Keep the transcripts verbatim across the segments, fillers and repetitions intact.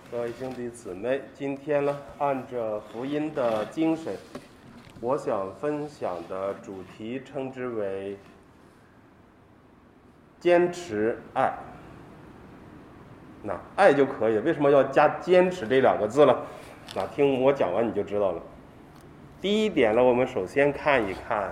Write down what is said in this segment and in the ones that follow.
各位兄弟姊妹，今天呢，按着福音的精神，我想分享的主题称之为坚持爱。那爱就可以，为什么要加坚持这两个字了？那听我讲完你就知道了。第一点呢，我们首先看一看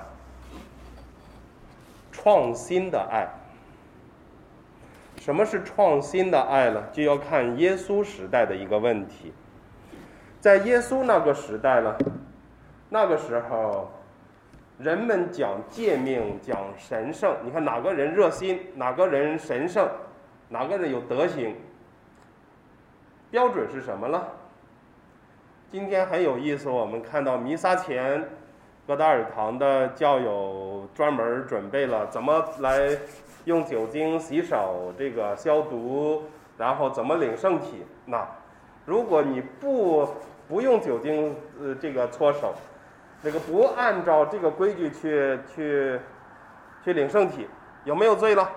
创新的爱。什么是创新的爱呢？就要看耶稣时代的一个问题。在耶稣那个时代呢，那个时候人们讲诫命，讲神圣。你看哪个人热心，哪个人神圣，哪个人有德行，标准是什么呢？今天很有意思，我们看到弥撒前哥达尔堂的教友专门准备了怎么来用酒精洗手，这个消毒，然后怎么领圣体。那如果你不不用酒精呃这个搓手，这个不按照这个规矩去去去领圣体，有没有罪了？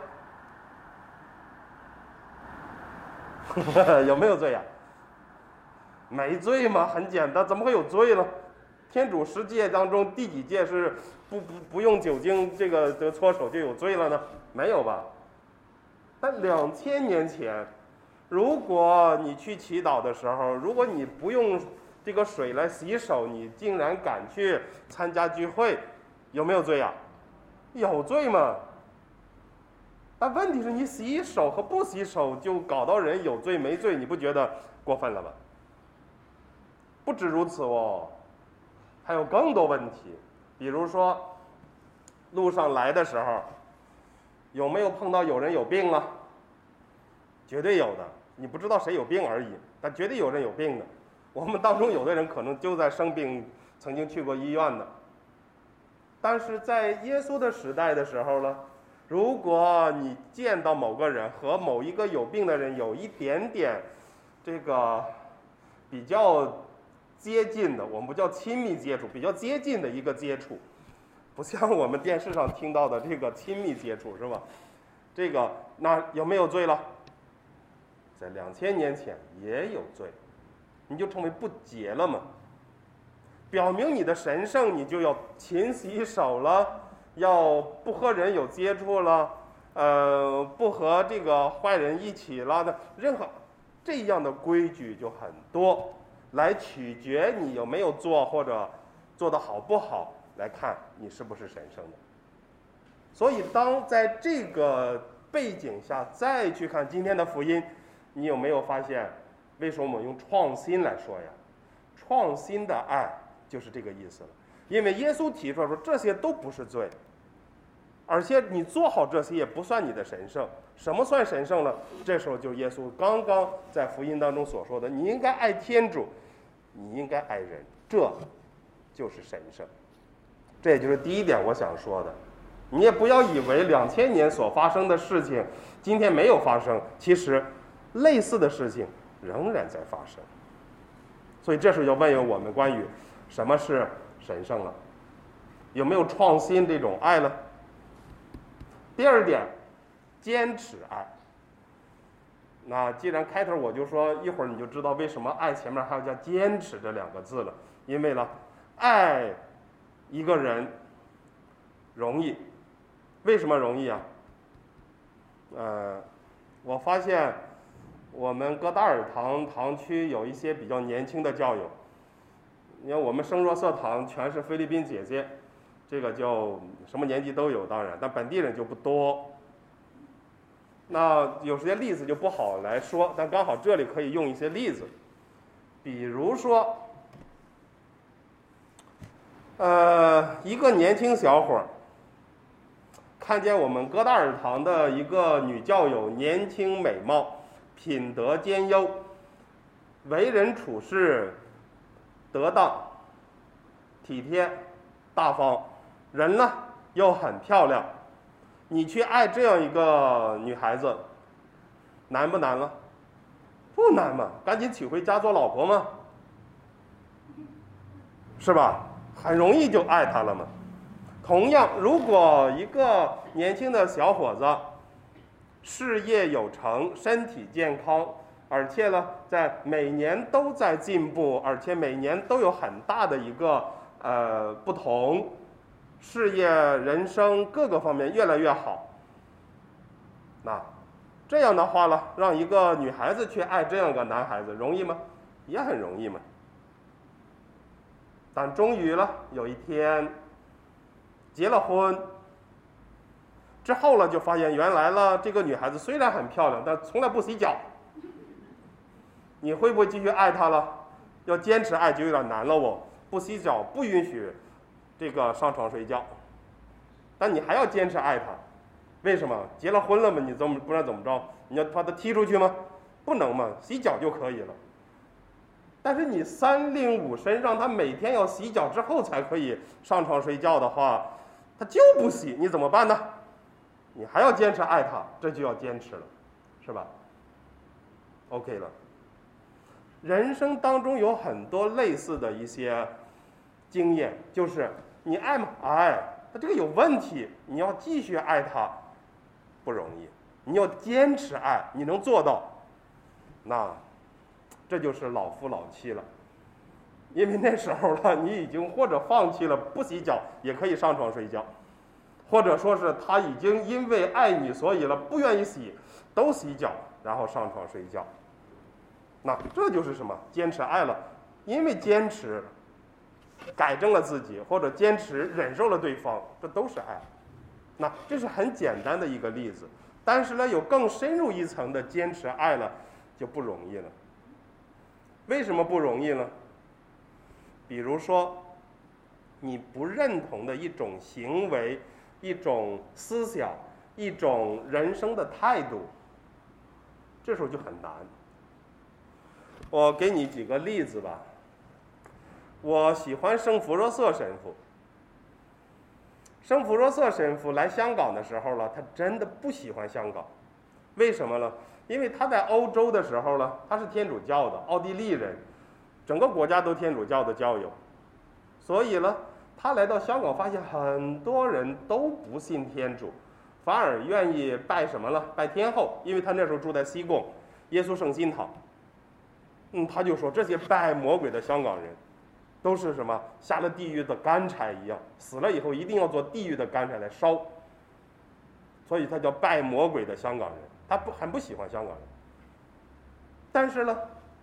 有没有罪呀、啊？没罪嘛，很简单，怎么会有罪了？天主十诫当中第几诫是不不不用酒精这个的搓手就有罪了呢？没有吧？但两千年前，如果你去祈祷的时候，如果你不用这个水来洗手，你竟然敢去参加聚会，有没有罪呀、啊？有罪嘛？但问题是你洗手和不洗手就搞到人有罪没罪，你不觉得过分了吗？不止如此哦，还有更多问题，比如说路上来的时候，有没有碰到有人有病了？绝对有的，你不知道谁有病而已，但绝对有人有病的。我们当中有的人可能就在生病，曾经去过医院的。但是在耶稣的时代的时候呢，如果你见到某个人和某一个有病的人有一点点这个比较接近的，我们不叫亲密接触，比较接近的一个接触，不像我们电视上听到的这个亲密接触，是吧？这个那有没有罪了？在两千年前也有罪，你就成为不洁了嘛？表明你的神圣，你就要勤洗手了，要不和人有接触了，呃，不和这个坏人一起了的，任何这样的规矩就很多。来取决你有没有做，或者做得好不好，来看你是不是神圣的。所以当在这个背景下再去看今天的福音，你有没有发现为什么我们用创新来说呀？创新的爱就是这个意思了。因为耶稣提出来说这些都不是罪，而且你做好这些也不算你的神圣。什么算神圣了？这时候就耶稣刚刚在福音当中所说的，你应该爱天主，你应该爱人，这就是神圣。这也就是第一点我想说的。你也不要以为两千年所发生的事情今天没有发生，其实类似的事情仍然在发生。所以这时候要问问我们关于什么是神圣了，有没有创新这种爱呢？第二点，坚持爱。那既然开头我就说，一会儿你就知道为什么爱前面还要加坚持这两个字了。因为呢，爱一个人容易，为什么容易啊？呃，我发现我们哥达尔堂堂区有一些比较年轻的教友，你看我们圣若瑟堂全是菲律宾姐姐，这个就什么年纪都有，当然，但本地人就不多。那有些例子就不好来说，但刚好这里可以用一些例子，比如说，呃，一个年轻小伙看见我们哥达尔堂的一个女教友年轻美貌，品德兼优，为人处事得当、体贴、大方，人呢又很漂亮。你去爱这样一个女孩子，难不难了？不难嘛，赶紧娶回家做老婆嘛，是吧？很容易就爱她了嘛。同样，如果一个年轻的小伙子事业有成，身体健康， 而且呢，在每年都在进步，而且每年都有很大的一个呃不同，事业、人生各个方面越来越好。那这样的话呢，让一个女孩子去爱这样一个男孩子，容易吗？也很容易嘛。但终于了，有一天结了婚之后了，就发现原来了，这个女孩子虽然很漂亮，但从来不洗脚。你会不会继续爱她了？要坚持爱就有点难了哦。不洗脚，不允许这个上床睡觉，但你还要坚持爱她，为什么？结了婚了嘛，你怎么不然怎么着？你要把她踢出去吗？不能嘛，洗脚就可以了。但是你三令五申让她每天要洗脚之后才可以上床睡觉的话，她就不洗，你怎么办呢？你还要坚持爱她，这就要坚持了，是吧 ？OK 了。人生当中有很多类似的一些经验，就是你爱吗？爱，那这个有问题，你要继续爱他，不容易。你要坚持爱，你能做到，那这就是老夫老妻了。因为那时候了，你已经或者放弃了不洗脚也可以上床睡觉，或者说是他已经因为爱你，所以了不愿意洗，都洗脚，然后上床睡觉。那这就是什么？坚持爱了，因为坚持改正了自己，或者坚持忍受了对方，这都是爱。那这是很简单的一个例子，但是呢，有更深入一层的坚持爱了，就不容易了。为什么不容易呢？比如说，你不认同的一种行为、一种思想、一种人生的态度，这时候就很难。我给你几个例子吧。我喜欢圣弗若瑟神父。圣弗若瑟神父来香港的时候呢，他真的不喜欢香港。为什么呢？因为他在欧洲的时候呢，他是天主教的，奥地利人，整个国家都天主教的教友，所以呢，他来到香港发现很多人都不信天主，反而愿意拜什么了？拜天后，因为他那时候住在西贡耶稣圣心堂。嗯，他就说这些拜魔鬼的香港人，都是什么下了地狱的干柴一样，死了以后一定要做地狱的干柴来烧。所以他叫拜魔鬼的香港人，他不很不喜欢香港人。但是呢，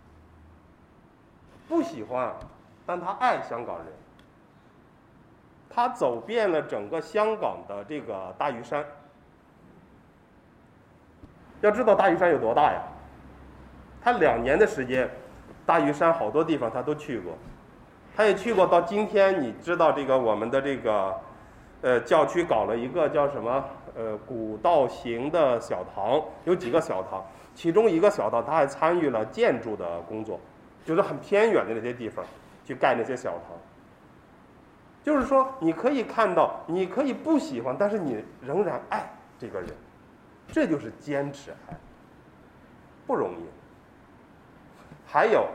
不喜欢，但他爱香港人。他走遍了整个香港的这个大屿山。要知道大屿山有多大呀？他两年的时间，大屿山好多地方他都去过，他也去过到今天。你知道这个我们的这个，呃，教区搞了一个叫什么呃古道行的小堂，有几个小堂，其中一个小堂他还参与了建筑的工作，就是很偏远的那些地方去盖那些小堂。就是说，你可以看到，你可以不喜欢，但是你仍然爱这个人，这就是坚持爱，不容易。还有，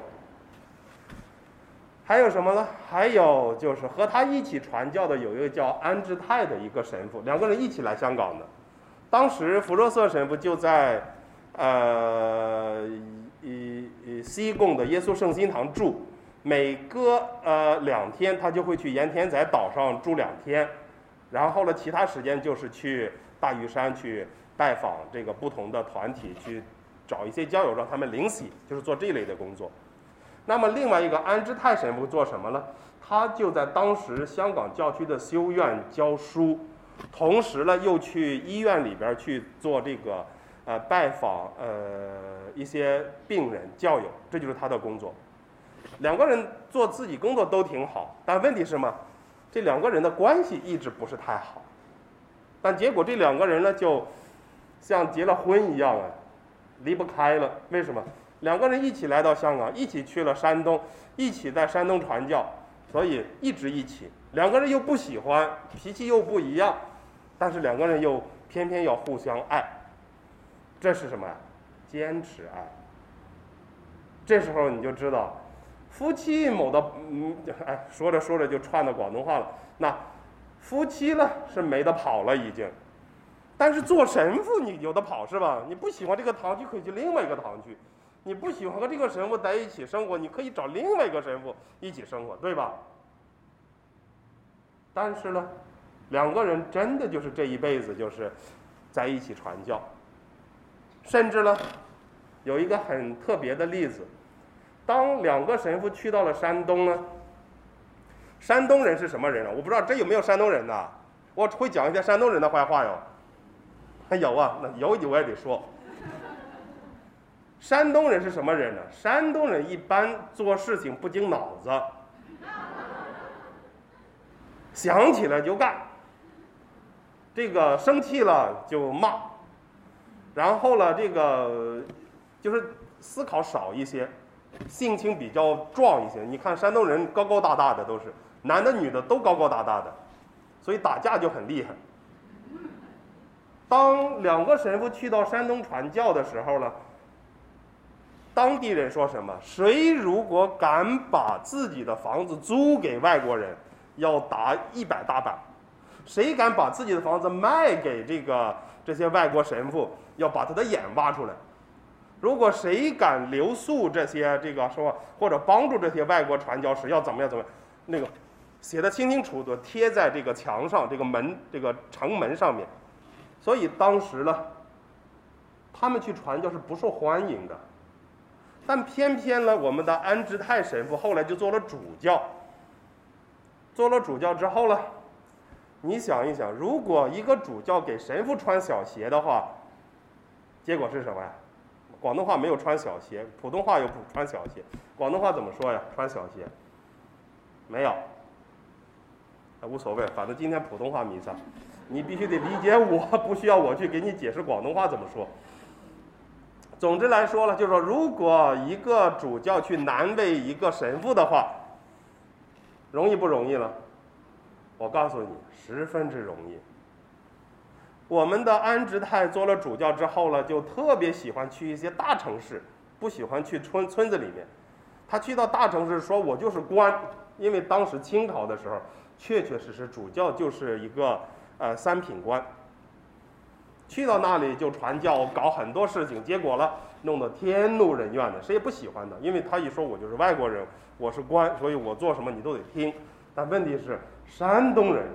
还有什么呢？还有就是和他一起传教的有一个叫安之泰的一个神父，两个人一起来香港的。当时弗若瑟神父就在呃一一西贡的耶稣圣心堂住，每隔呃两天他就会去盐田仔岛上住两天，然后呢其他时间就是去大屿山去拜访这个不同的团体，去找一些教友让他们领洗，就是做这一类的工作。那么另外一个安之泰神父做什么呢？他就在当时香港教区的修院教书，同时呢又去医院里边去做这个呃拜访呃一些病人教友，这就是他的工作。两个人做自己工作都挺好，但问题是什么？这两个人的关系一直不是太好。但结果这两个人呢，就像结了婚一样啊，离不开了。为什么？两个人一起来到香港，一起去了山东，一起在山东传教，所以一直一起。两个人又不喜欢，脾气又不一样，但是两个人又偏偏要互相爱，这是什么呀？坚持爱。这时候你就知道，夫妻某的嗯，哎，说着说着就串到广东话了。那夫妻呢是没得跑了已经，但是做神父你有得跑是吧？你不喜欢这个堂区，可以去另外一个堂区。 你不喜欢和这个神父在一起生活，你可以找另外一个神父一起生活，对吧？但是呢，两个人真的就是这一辈子就是在一起传教，甚至呢，有一个很特别的例子，当两个神父去到了山东呢，山东人是什么人啊？我不知道这有没有山东人呐？我会讲一些山东人的坏话哟。有啊，那有我也得说。山东人是什么人呢？山东人一般做事情不经脑子，想起来就干，这个生气了就骂，然后了这个就是思考少一些，性情比较壮一些。你看山东人高高大大的，都是男的女的都高高大大的，所以打架就很厉害。当两个神父去到山东传教的时候呢，当地人说什么？谁如果敢把自己的房子租给外国人，要打一百大板；谁敢把自己的房子卖给这个这些外国神父，要把他的眼挖出来。如果谁敢留宿这些这个说或者帮助这些外国传教士，要怎么样怎么样，那个写的清清楚楚，贴在这个墙上，这个门这个城门上面。所以当时呢，他们去传教是不受欢迎的。但偏偏呢，我们的安之泰神父后来就做了主教。做了主教之后呢，你想一想，如果一个主教给神父穿小鞋的话，结果是什么呀？广东话没有穿小鞋，普通话有穿小鞋。广东话怎么说呀？穿小鞋？没有。啊，无所谓，反正今天普通话弥撒，你必须得理解我，不需要我去给你解释广东话怎么说。总之来说了，就是说，如果一个主教去难为一个神父的话，容易不容易了？我告诉你，十分之容易。我们的安之泰做了主教之后呢，就特别喜欢去一些大城市，不喜欢去村村子里面。他去到大城市说，我就是官，因为当时清朝的时候，确确实实主教就是一个呃三品官。去到那里就传教，搞很多事情，结果了弄得天怒人怨的，谁也不喜欢的。因为他一说我就是外国人，我是官，所以我做什么你都得听。但问题是，山东人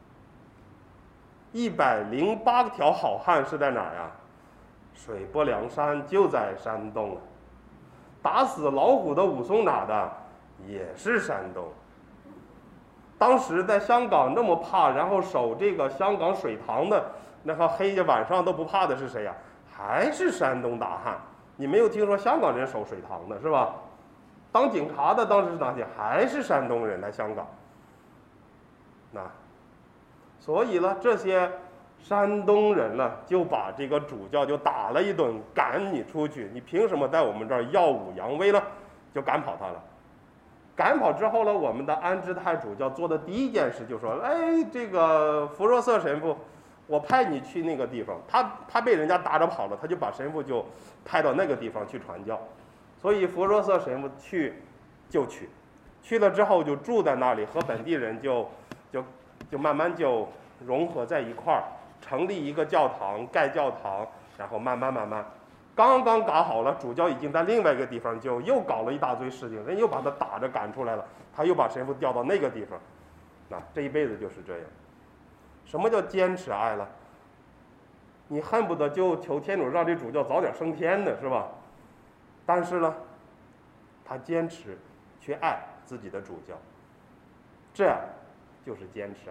一百零八条好汉是在哪儿呀？水泊梁山就在山东。打死老虎的武松哪的？也是山东。当时在香港那么怕，然后守这个香港水塘的。那个黑夜晚上都不怕的是谁呀？还是山东大汉。你没有听说香港人守水塘的是吧？当警察的当时是哪些？还是山东人来香港。那，所以呢，这些山东人呢，就把这个主教就打了一顿，赶你出去。你凭什么在我们这儿耀武扬威呢？就赶跑他了。赶跑之后呢，我们的安之泰主教做的第一件事就说：“哎，这个福若瑟神父。”我派你去那个地方，他他被人家打着跑了，他就把神父就派到那个地方去传教，所以佛若瑟神父去就去，去了之后就住在那里，和本地人就就就慢慢就融合在一块儿，成立一个教堂，盖教堂，然后慢慢慢慢，刚刚搞好了，主教已经在另外一个地方就又搞了一大堆事情，人又把他打着赶出来了，他又把神父调到那个地方，那这一辈子就是这样。什么叫坚持爱了？你恨不得就求天主让这主教早点升天呢，是吧？但是呢，他坚持去爱自己的主教，这样就是坚持爱。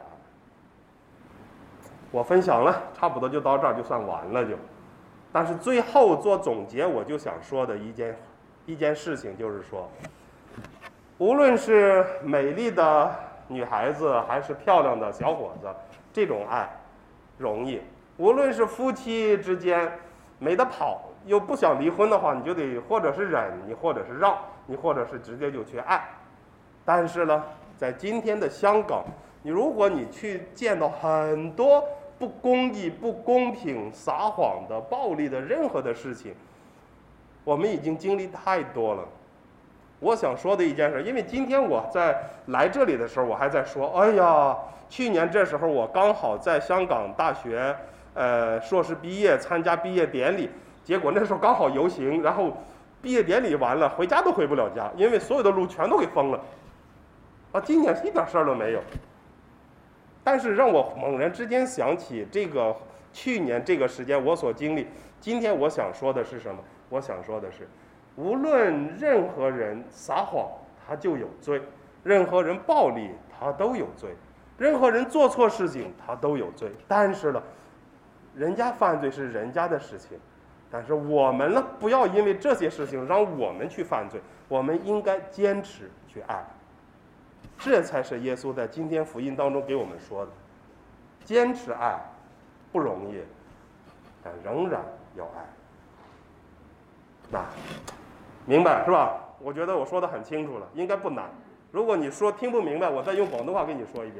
我分享了，差不多就到这儿就算完了就。但是最后做总结，我就想说的一件一件事情就是说，无论是美丽的女孩子还是漂亮的小伙子。这种爱容易，无论是夫妻之间没得跑，又不想离婚的话，你就得或者是忍，你或者是让，你或者是直接就去爱。但是呢，在今天的香港，你如果你去见到很多不公义、不公平、撒谎的、暴力的任何的事情，我们已经经历太多了。我想说的一件事，因为今天我在来这里的时候，我还在说，哎呀，去年这时候我刚好在香港大学，呃，硕士毕业参加毕业典礼，结果那时候刚好游行，然后毕业典礼完了，回家都回不了家，因为所有的路全都给封了。啊，今年一点事儿都没有。但是让我猛然之间想起这个去年这个时间我所经历，今天我想说的是什么？我想说的是，无论任何人撒谎，他就有罪；任何人暴力，他都有罪；任何人做错事情，他都有罪。但是呢，人家犯罪是人家的事情，但是我们呢，不要因为这些事情让我们去犯罪，我们应该坚持去爱。这才是耶稣在今天福音当中给我们说的，坚持爱不容易，但仍然要爱。那明白是吧？我觉得我说的很清楚了，应该不难。如果你说听不明白，我再用广东话给你说一遍。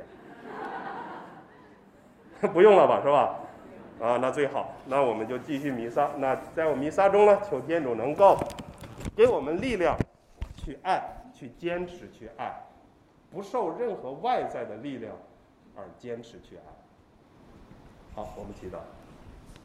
不用了吧，是吧？啊，那最好。那我们就继续弥撒。那在我弥撒中呢，求天主能够给我们力量，去爱，去坚持去爱。不受任何外在的力量而坚持去爱。好，我们祈祷。